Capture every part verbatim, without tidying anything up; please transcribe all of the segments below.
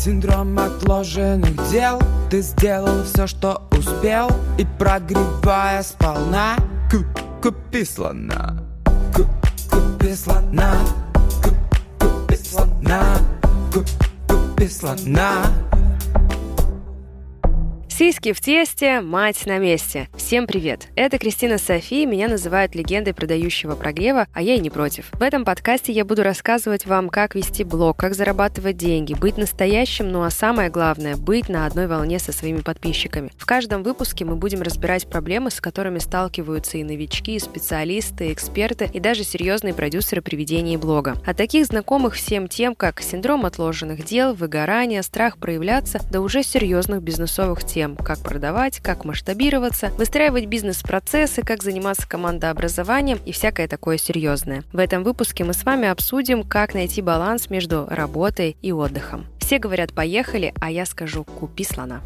Синдром отложенных дел. Ты сделал все, что успел, и прогревая сполна. Купи слона, купи слона, купи слона, купи слона. Сиськи в тесте, мать на месте. Всем привет! Это Кристина Софи, меня называют легендой продающего прогрева, а я и не против. В этом подкасте я буду рассказывать вам, как вести блог, как зарабатывать деньги, быть настоящим, ну а самое главное, быть на одной волне со своими подписчиками. В каждом выпуске мы будем разбирать проблемы, с которыми сталкиваются и новички, и специалисты, и эксперты, и даже серьезные продюсеры при ведении блога. От таких знакомых всем тем, как синдром отложенных дел, выгорание, страх проявляться, до уже серьезных бизнесовых тем, как продавать, как масштабироваться, выстраивать бизнес-процессы, как заниматься командообразованием и всякое такое серьезное. В этом выпуске мы с вами обсудим, как найти баланс между работой и отдыхом. Все говорят «поехали», а я скажу «купи слона».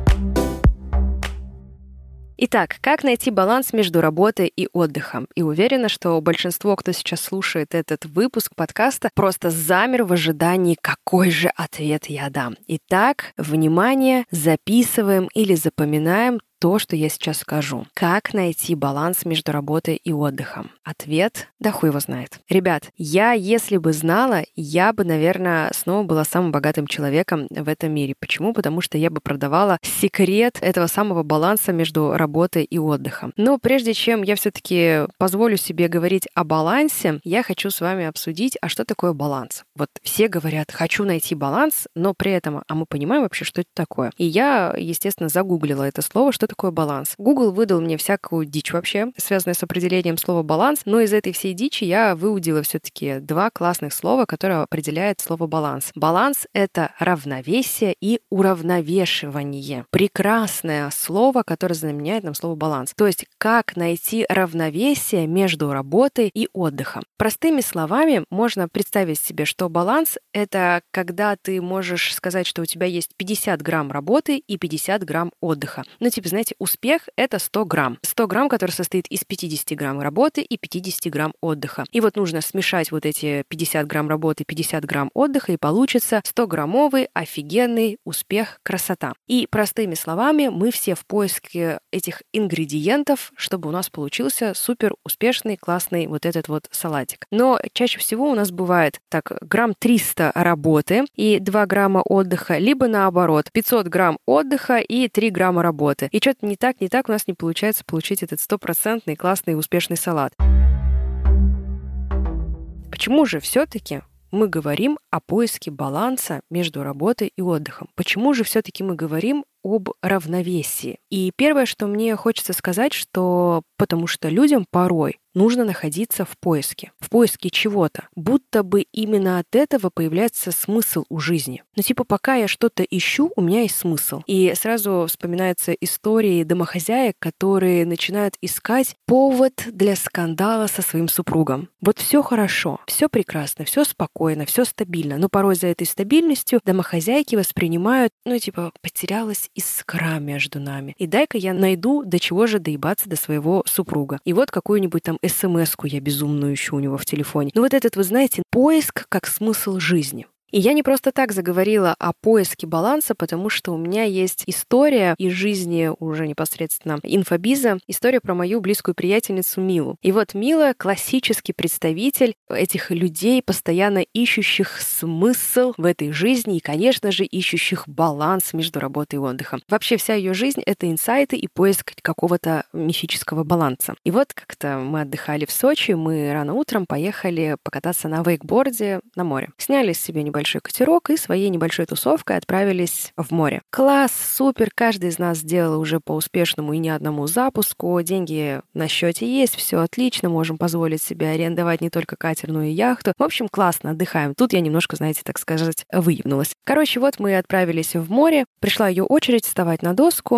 Итак, как найти баланс между работой и отдыхом? И уверена, что большинство, кто сейчас слушает этот выпуск подкаста, просто замер в ожидании, какой же ответ я дам. Итак, внимание, записываем или запоминаем то, что я сейчас скажу. Как найти баланс между работой и отдыхом? Ответ – да хуй его знает. Ребят, я, если бы знала, я бы, наверное, снова была самым богатым человеком в этом мире. Почему? Потому что я бы продавала секрет этого самого баланса между работой и отдыхом. Но прежде чем я все-таки позволю себе говорить о балансе, я хочу с вами обсудить, а что такое баланс? Вот все говорят, хочу найти баланс, но при этом, а мы понимаем вообще, что это такое? И я, естественно, загуглила это слово, что такое баланс. Google выдал мне всякую дичь вообще, связанную с определением слова баланс, но из этой всей дичи я выудила все-таки два классных слова, которые определяют слово баланс. Баланс — это равновесие и уравновешивание. Прекрасное слово, которое заменяет нам слово баланс. То есть как найти равновесие между работой и отдыхом. Простыми словами можно представить себе, что баланс — это когда ты можешь сказать, что у тебя есть пятьдесят грамм работы и пятьдесят грамм отдыха. Ну, типа, знаете, успех — это сто грамм. сто грамм, который состоит из пятьдесят грамм работы и пятьдесят грамм отдыха. И вот нужно смешать вот эти пятьдесят грамм работы и пятьдесят грамм отдыха, и получится сто-граммовый офигенный успех, красота. И простыми словами, мы все в поиске этих ингредиентов, чтобы у нас получился супер успешный, классный вот этот вот салатик. Но чаще всего у нас бывает так, грамм триста работы и два грамма отдыха, либо наоборот, пятьсот грамм отдыха и три грамма работы. И что-то не так, не так у нас не получается получить этот стопроцентный классный и успешный салат. Почему же все-таки мы говорим о поиске баланса между работой и отдыхом? Почему же все-таки мы говорим об равновесии? И первое, что мне хочется сказать, что потому что людям порой нужно находиться в поиске. В поиске чего-то. Будто бы именно от этого появляется смысл у жизни. Но типа пока я что-то ищу, у меня есть смысл. И сразу вспоминаются истории домохозяек, которые начинают искать повод для скандала со своим супругом. Вот все хорошо, все прекрасно, все спокойно, все стабильно. Но порой за этой стабильностью домохозяйки воспринимают, ну типа, потерялась искра между нами. И дай-ка я найду, до чего же доебаться до своего супруга. И вот какую-нибудь там эс-эм-эску я безумную ищу у него в телефоне. Ну вот этот, вы знаете, поиск как смысл жизни. И я не просто так заговорила о поиске баланса, потому что у меня есть история из жизни уже непосредственно инфобиза, история про мою близкую приятельницу Милу. И вот Мила — классический представитель этих людей, постоянно ищущих смысл в этой жизни и, конечно же, ищущих баланс между работой и отдыхом. Вообще вся ее жизнь — это инсайты и поиск какого-то мифического баланса. И вот как-то мы отдыхали в Сочи, мы рано утром поехали покататься на вейкборде на море. Сняли себе небольшой большой катерок и своей небольшой тусовкой отправились в море. Класс, супер, каждый из нас сделал уже по успешному и не одному запуску, деньги на счете есть, все отлично, можем позволить себе арендовать не только катер, но и яхту. В общем, классно, отдыхаем. Тут я немножко, знаете, так сказать, выебнулась. Короче, вот мы отправились в море, пришла ее очередь вставать на доску,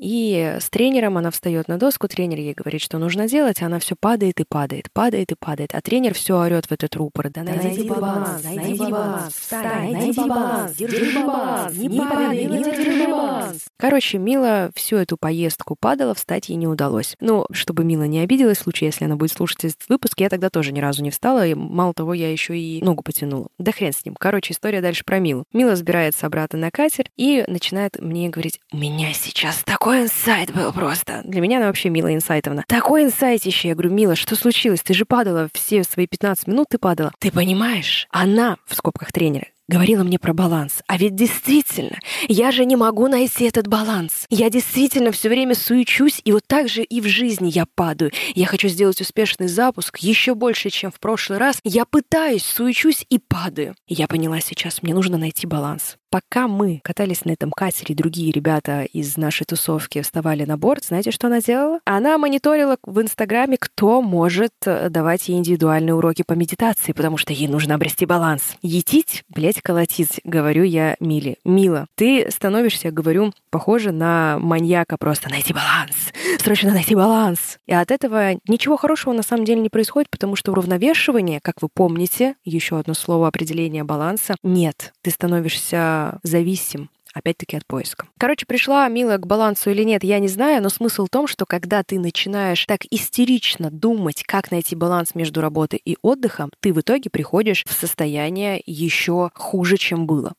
И с тренером она встает на доску, тренер ей говорит, что нужно делать, а она все падает и падает, падает и падает. А тренер все орет в этот рупор. Да найди баланс, найди баланс, встань, найди баланс, держи баланс, не падай, не держи баланс. Короче, Мила всю эту поездку падала, встать ей не удалось. Ну, чтобы Мила не обиделась в случае, если она будет слушать этот выпуск, я тогда тоже ни разу не встала, и мало того, я еще и ногу потянула. Да хрен с ним. Короче, история дальше про Милу. Мила сбирается обратно на катер и начинает мне говорить: у меня сейчас такой инсайт был просто. Для меня она вообще Мила инсайтовна. Такой инсайтище. Я говорю: Мила, что случилось? Ты же падала все свои пятнадцать минут, ты падала. Ты понимаешь? Она, в скобках тренера, говорила мне про баланс. А ведь действительно, я же не могу найти этот баланс. Я действительно все время суечусь, и вот так же и в жизни я падаю. Я хочу сделать успешный запуск еще больше, чем в прошлый раз. Я пытаюсь, суечусь и падаю. И я поняла сейчас, мне нужно найти баланс. Пока мы катались на этом катере, другие ребята из нашей тусовки вставали на борт, знаете, что она делала? Она мониторила в Инстаграме, кто может давать ей индивидуальные уроки по медитации, потому что ей нужно обрести баланс. Етить, блять, колотить, говорю я Миле. Мила, ты становишься, говорю, похожа на маньяка просто. Найти баланс! Срочно найти баланс! И от этого ничего хорошего на самом деле не происходит, потому что уравновешивание, как вы помните, еще одно слово определения баланса, нет. Ты становишься зависим, опять-таки, от поиска. Короче, пришла Мила к балансу или нет, я не знаю, но смысл в том, что когда ты начинаешь так истерично думать, как найти баланс между работой и отдыхом, ты в итоге приходишь в состояние еще хуже, чем было.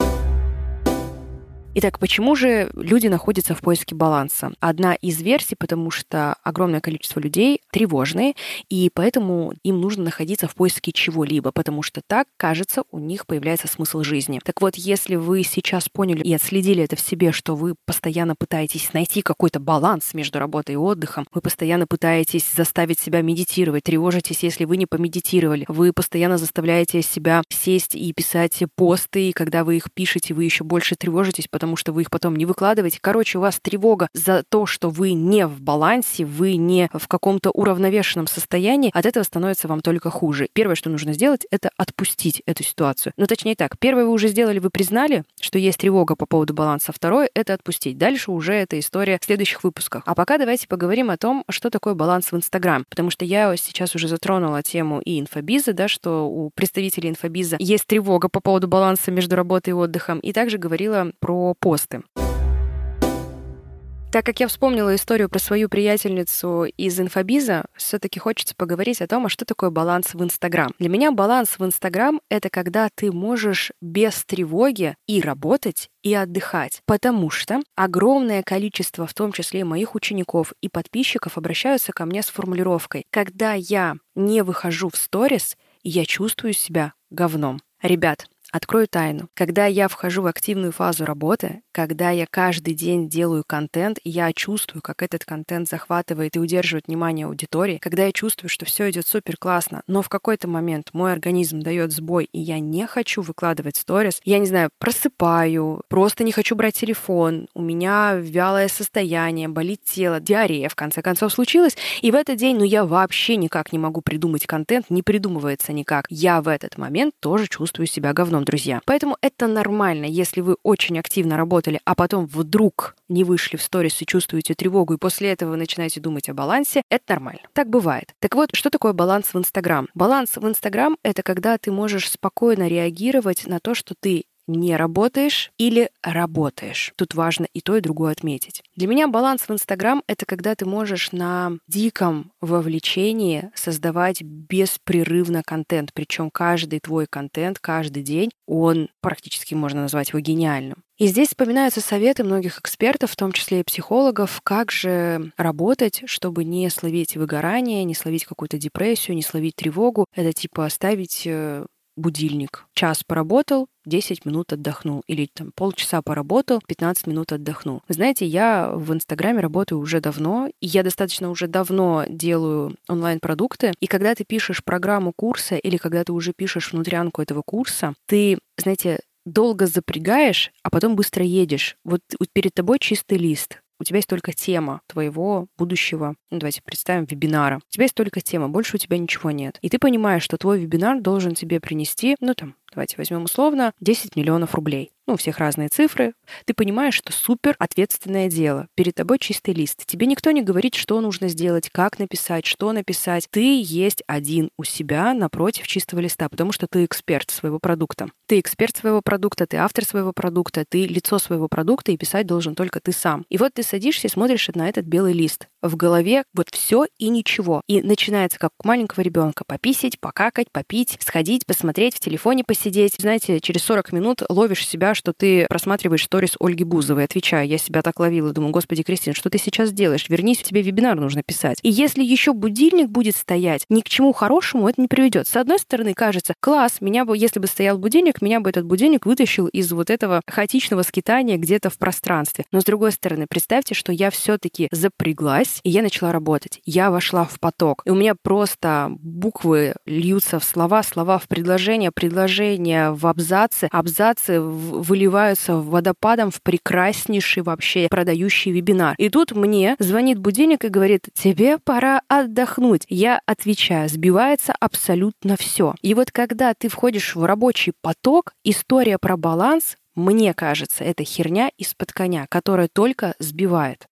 Итак, почему же люди находятся в поиске баланса? Одна из версий, потому что огромное количество людей тревожные, и поэтому им нужно находиться в поиске чего-либо, потому что так, кажется, у них появляется смысл жизни. Так вот, если вы сейчас поняли и отследили это в себе, что вы постоянно пытаетесь найти какой-то баланс между работой и отдыхом, вы постоянно пытаетесь заставить себя медитировать, тревожитесь, если вы не помедитировали, вы постоянно заставляете себя сесть и писать посты, и когда вы их пишете, вы еще больше тревожитесь, потому потому что вы их потом не выкладываете. Короче, у вас тревога за то, что вы не в балансе, вы не в каком-то уравновешенном состоянии, от этого становится вам только хуже. Первое, что нужно сделать, это отпустить эту ситуацию. Ну, точнее так, первое вы уже сделали, вы признали, что есть тревога по поводу баланса. Второе — это отпустить. Дальше уже эта история в следующих выпусках. А пока давайте поговорим о том, что такое баланс в Инстаграм. Потому что я сейчас уже затронула тему и инфобиза, да, что у представителей инфобиза есть тревога по поводу баланса между работой и отдыхом. И также говорила про посты. Так как я вспомнила историю про свою приятельницу из инфобиза, все-таки хочется поговорить о том, а что такое баланс в Инстаграм. Для меня баланс в Инстаграм — это когда ты можешь без тревоги и работать, и отдыхать. Потому что огромное количество, в том числе и моих учеников и подписчиков, обращаются ко мне с формулировкой: когда я не выхожу в сторис, я чувствую себя говном. Ребят, открою тайну. Когда я вхожу в активную фазу работы, когда я каждый день делаю контент, и я чувствую, как этот контент захватывает и удерживает внимание аудитории, когда я чувствую, что все идет супер классно, но в какой-то момент мой организм дает сбой, и я не хочу выкладывать сторис, я не знаю, просыпаю, просто не хочу брать телефон, у меня вялое состояние, болит тело, диарея, в конце концов, случилась, и в этот день, ну, я вообще никак не могу придумать контент, не придумывается никак. Я в этот момент тоже чувствую себя говном, друзья. Поэтому это нормально, если вы очень активно работали, а потом вдруг не вышли в сторис и чувствуете тревогу, и после этого вы начинаете думать о балансе, это нормально. Так бывает. Так вот, что такое баланс в Инстаграм? Баланс в Инстаграм — это когда ты можешь спокойно реагировать на то, что ты не работаешь или работаешь. Тут важно и то, и другое отметить. Для меня баланс в Инстаграм — это когда ты можешь на диком вовлечении создавать беспрерывно контент. Причем каждый твой контент, каждый день, он практически можно назвать его гениальным. И здесь вспоминаются советы многих экспертов, в том числе и психологов, как же работать, чтобы не словить выгорание, не словить какую-то депрессию, не словить тревогу. Это типа оставить будильник. Час поработал, десять минут отдохнул. Или там полчаса поработал, пятнадцать минут отдохнул. Вы знаете, я в Инстаграме работаю уже давно, и я достаточно уже давно делаю онлайн-продукты. И когда ты пишешь программу курса или когда ты уже пишешь внутрянку этого курса, ты, знаете, долго запрягаешь, а потом быстро едешь. Вот перед тобой чистый лист. У тебя есть только тема твоего будущего, ну, давайте представим, вебинара. У тебя есть только тема, больше у тебя ничего нет. И ты понимаешь, что твой вебинар должен тебе принести, ну там, давайте возьмем условно, десять миллионов рублей. ну, у всех разные цифры, ты понимаешь, что супер ответственное дело. Перед тобой чистый лист. Тебе никто не говорит, что нужно сделать, как написать, что написать. Ты есть один у себя напротив чистого листа, потому что ты эксперт своего продукта. Ты эксперт своего продукта, ты автор своего продукта, ты лицо своего продукта, и писать должен только ты сам. И вот ты садишься и смотришь на этот белый лист. В голове вот все и ничего. И начинается, как у маленького ребенка, пописать, покакать, попить, сходить, посмотреть, в телефоне посидеть. Знаете, через сорок минут ловишь себя, что ты просматриваешь сторис Ольги Бузовой. Отвечаю, я себя так ловила, думаю, господи, Кристина, что ты сейчас делаешь? Вернись, тебе вебинар нужно писать. И если еще будильник будет стоять, ни к чему хорошему это не приведет. С одной стороны, кажется, класс, меня бы, если бы стоял будильник, меня бы этот будильник вытащил из вот этого хаотичного скитания где-то в пространстве. Но с другой стороны, представьте, что я все-таки запряглась, и я начала работать. Я вошла в поток. И у меня просто буквы льются в слова, слова в предложения, предложения в абзацы, абзацы выливаются водопадом в прекраснейший вообще продающий вебинар. И тут мне звонит будильник и говорит, тебе пора отдохнуть. Я отвечаю, сбивается абсолютно все. И вот когда ты входишь в рабочий поток, история про баланс, мне кажется, это херня из-под коня, которая только сбивает.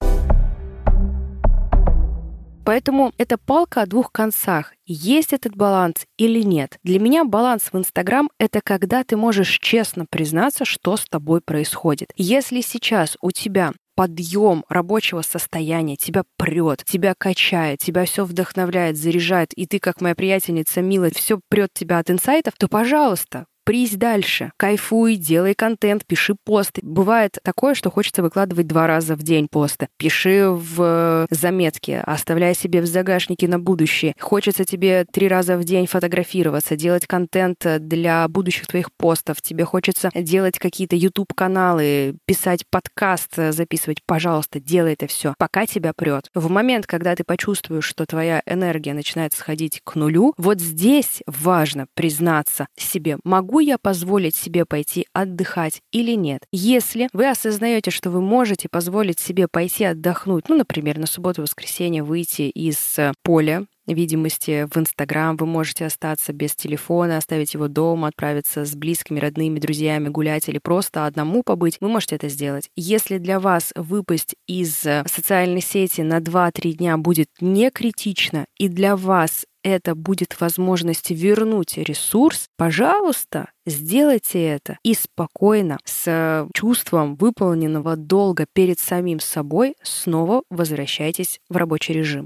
Поэтому это палка о двух концах. Есть этот баланс или нет? Для меня баланс в Инстаграм — это когда ты можешь честно признаться, что с тобой происходит. Если сейчас у тебя подъем рабочего состояния, тебя прет, тебя качает, тебя все вдохновляет, заряжает, и ты, как моя приятельница Мила, все прет тебя от инсайтов, то, пожалуйста, прись дальше, кайфуй, делай контент, пиши посты. Бывает такое, что хочется выкладывать два раза в день посты. Пиши в заметки, оставляй себе в загашнике на будущее. Хочется тебе три раза в день фотографироваться, делать контент для будущих твоих постов. Тебе хочется делать какие-то YouTube-каналы, писать подкаст, записывать. Пожалуйста, делай это все, пока тебя прет. В момент, когда ты почувствуешь, что твоя энергия начинает сходить к нулю, вот здесь важно признаться себе, могу Могу я позволить себе пойти отдыхать или нет? Если вы осознаете, что вы можете позволить себе пойти отдохнуть, ну, например, на субботу-воскресенье выйти из поля видимости в Инстаграм, вы можете остаться без телефона, оставить его дома, отправиться с близкими, родными, друзьями, гулять или просто одному побыть, вы можете это сделать. Если для вас выпасть из социальной сети на два-три дня будет не критично, и для вас это будет возможность вернуть ресурс, пожалуйста, сделайте это. И спокойно, с чувством выполненного долга перед самим собой, снова возвращайтесь в рабочий режим.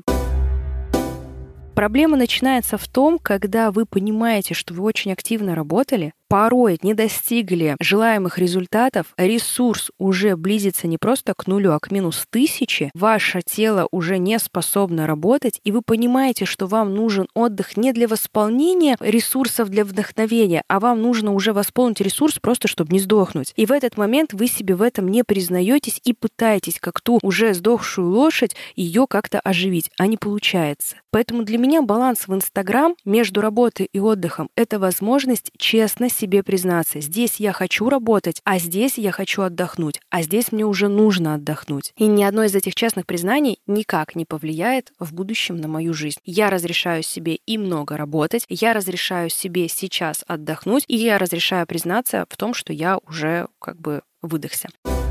Проблема начинается в том, когда вы понимаете, что вы очень активно работали, порой не достигли желаемых результатов, ресурс уже близится не просто к нулю, а к минус тысяче, ваше тело уже не способно работать, и вы понимаете, что вам нужен отдых не для восполнения ресурсов для вдохновения, а вам нужно уже восполнить ресурс просто, чтобы не сдохнуть. И в этот момент вы себе в этом не признаетесь и пытаетесь, как ту уже сдохшую лошадь, ее как-то оживить, а не получается. Поэтому для меня баланс в Инстаграм между работой и отдыхом — это возможность честно себе признаться. Здесь я хочу работать, а здесь я хочу отдохнуть, а здесь мне уже нужно отдохнуть. И ни одно из этих честных признаний никак не повлияет в будущем на мою жизнь. Я разрешаю себе и много работать, я разрешаю себе сейчас отдохнуть, и я разрешаю признаться в том, что я уже как бы выдохся.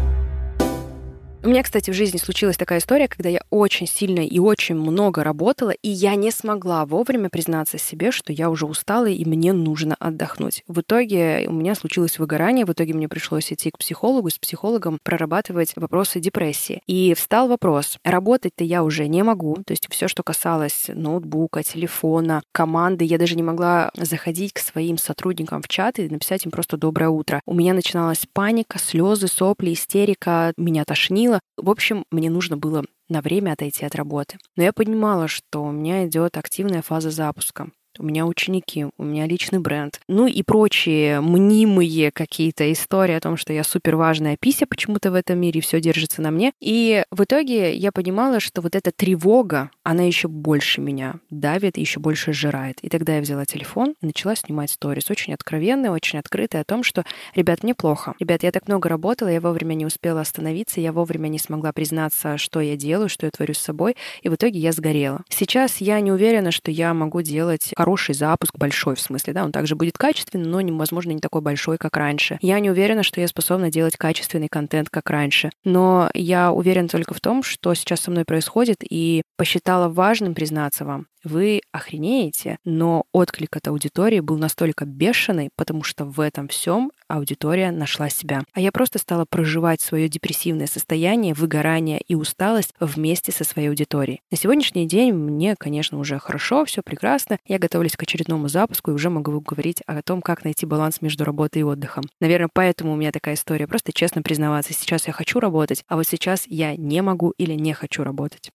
У меня, кстати, в жизни случилась такая история, когда я очень сильно и очень много работала, и я не смогла вовремя признаться себе, что я уже устала и мне нужно отдохнуть. В итоге у меня случилось выгорание, в итоге мне пришлось идти к психологу, с психологом прорабатывать вопросы депрессии. И встал вопрос, работать-то я уже не могу, то есть все, что касалось ноутбука, телефона, команды, я даже не могла заходить к своим сотрудникам в чат и написать им просто «доброе утро». У меня начиналась паника, слезы, сопли, истерика, меня тошнило. В общем, мне нужно было на время отойти от работы. Но я понимала, что у меня идет активная фаза запуска. У меня ученики, у меня личный бренд. Ну и прочие мнимые какие-то истории о том, что я суперважная пися почему-то в этом мире, все держится на мне. И в итоге я понимала, что вот эта тревога, она еще больше меня давит и еще больше сжирает. И тогда я взяла телефон и начала снимать сторис. Очень откровенные, очень открытые о том, что, ребят, мне плохо. Ребят, я так много работала, я вовремя не успела остановиться, я вовремя не смогла признаться, что я делаю, что я творю с собой, и в итоге я сгорела. Сейчас я не уверена, что я могу делать хороший запуск, большой в смысле, да, он также будет качественный, но, возможно, не такой большой, как раньше. Я не уверена, что я способна делать качественный контент, как раньше, но я уверена только в том, что сейчас со мной происходит, и посчитала важным признаться вам. Вы охренеете, но отклик от аудитории был настолько бешеный, потому что в этом всем аудитория нашла себя. А я просто стала проживать свое депрессивное состояние, выгорание и усталость вместе со своей аудиторией. На сегодняшний день мне, конечно, уже хорошо, все прекрасно. Я готовлюсь к очередному запуску и уже могу говорить о том, как найти баланс между работой и отдыхом. Наверное, поэтому у меня такая история. Просто честно признаваться, сейчас я хочу работать, а вот сейчас я не могу или не хочу работать.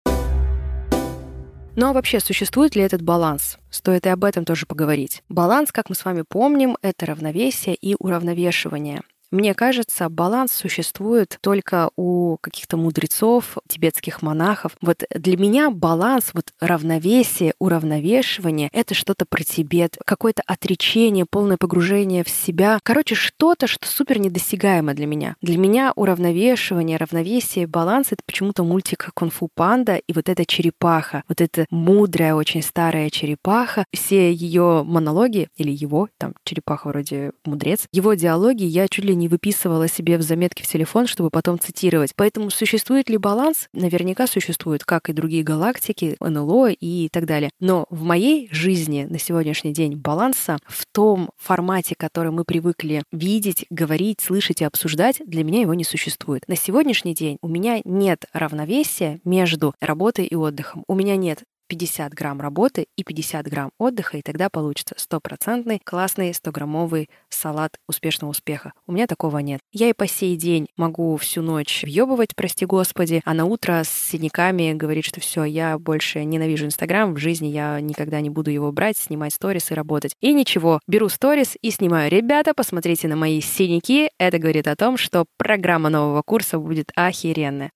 Ну а вообще, существует ли этот баланс? Стоит и об этом тоже поговорить. Баланс, как мы с вами помним, это равновесие и уравновешивание. Мне кажется, баланс существует только у каких-то мудрецов, тибетских монахов. Вот для меня баланс, вот равновесие, уравновешивание — это что-то про Тибет, какое-то отречение, полное погружение в себя. Короче, что-то, что супер недосягаемо для меня. Для меня уравновешивание, равновесие, баланс — это почему-то мультик «Кунг-фу панда» и вот эта черепаха, вот эта мудрая, очень старая черепаха. Все ее монологи, или его, там черепаха вроде мудрец, его диалоги я чуть ли не выписывала себе в заметки в телефон, чтобы потом цитировать. Поэтому существует ли баланс? Наверняка существует, как и другие галактики, эн эл о и так далее. Но в моей жизни на сегодняшний день баланса в том формате, который мы привыкли видеть, говорить, слышать и обсуждать, для меня его не существует. На сегодняшний день у меня нет равновесия между работой и отдыхом. У меня нет пятьдесят грамм работы и пятьдесят грамм отдыха, и тогда получится стопроцентный классный сто-граммовый салат успешного успеха. У меня такого нет. Я и по сей день могу всю ночь въебывать, прости господи, а на утро с синяками говорить, что все, я больше ненавижу Инстаграм, в жизни я никогда не буду его брать, снимать сторис и работать. И ничего, беру сторис и снимаю. Ребята, посмотрите на мои синяки. Это говорит о том, что программа нового курса будет охеренная.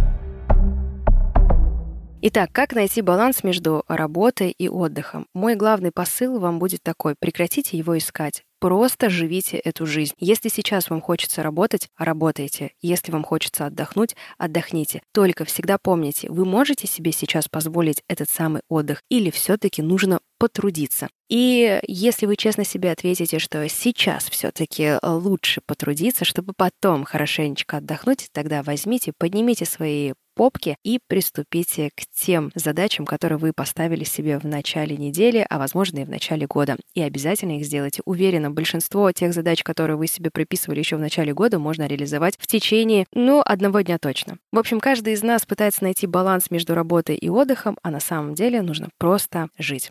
Итак, как найти баланс между работой и отдыхом? Мой главный посыл вам будет такой: прекратите его искать. Просто живите эту жизнь. Если сейчас вам хочется работать, работайте. Если вам хочется отдохнуть, отдохните. Только всегда помните, вы можете себе сейчас позволить этот самый отдых или все-таки нужно потрудиться. И если вы честно себе ответите, что сейчас все-таки лучше потрудиться, чтобы потом хорошенечко отдохнуть, тогда возьмите, поднимите свои попки и приступите к тем задачам, которые вы поставили себе в начале недели, а возможно и в начале года. И обязательно их сделайте. Уверена, большинство тех задач, которые вы себе прописывали еще в начале года, можно реализовать в течение, ну, одного дня точно. В общем, каждый из нас пытается найти баланс между работой и отдыхом, а на самом деле нужно просто жить.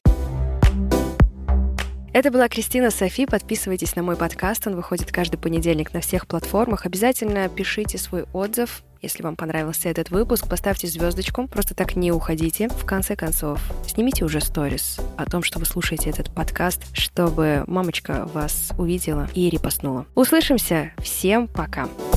Это была Кристина Софи. Подписывайтесь на мой подкаст. Он выходит каждый понедельник на всех платформах. Обязательно пишите свой отзыв. Если вам понравился этот выпуск, поставьте звездочку. Просто так не уходите. В конце концов, снимите уже сторис о том, что вы слушаете этот подкаст, чтобы мамочка вас увидела и репостнула. Услышимся. Всем пока.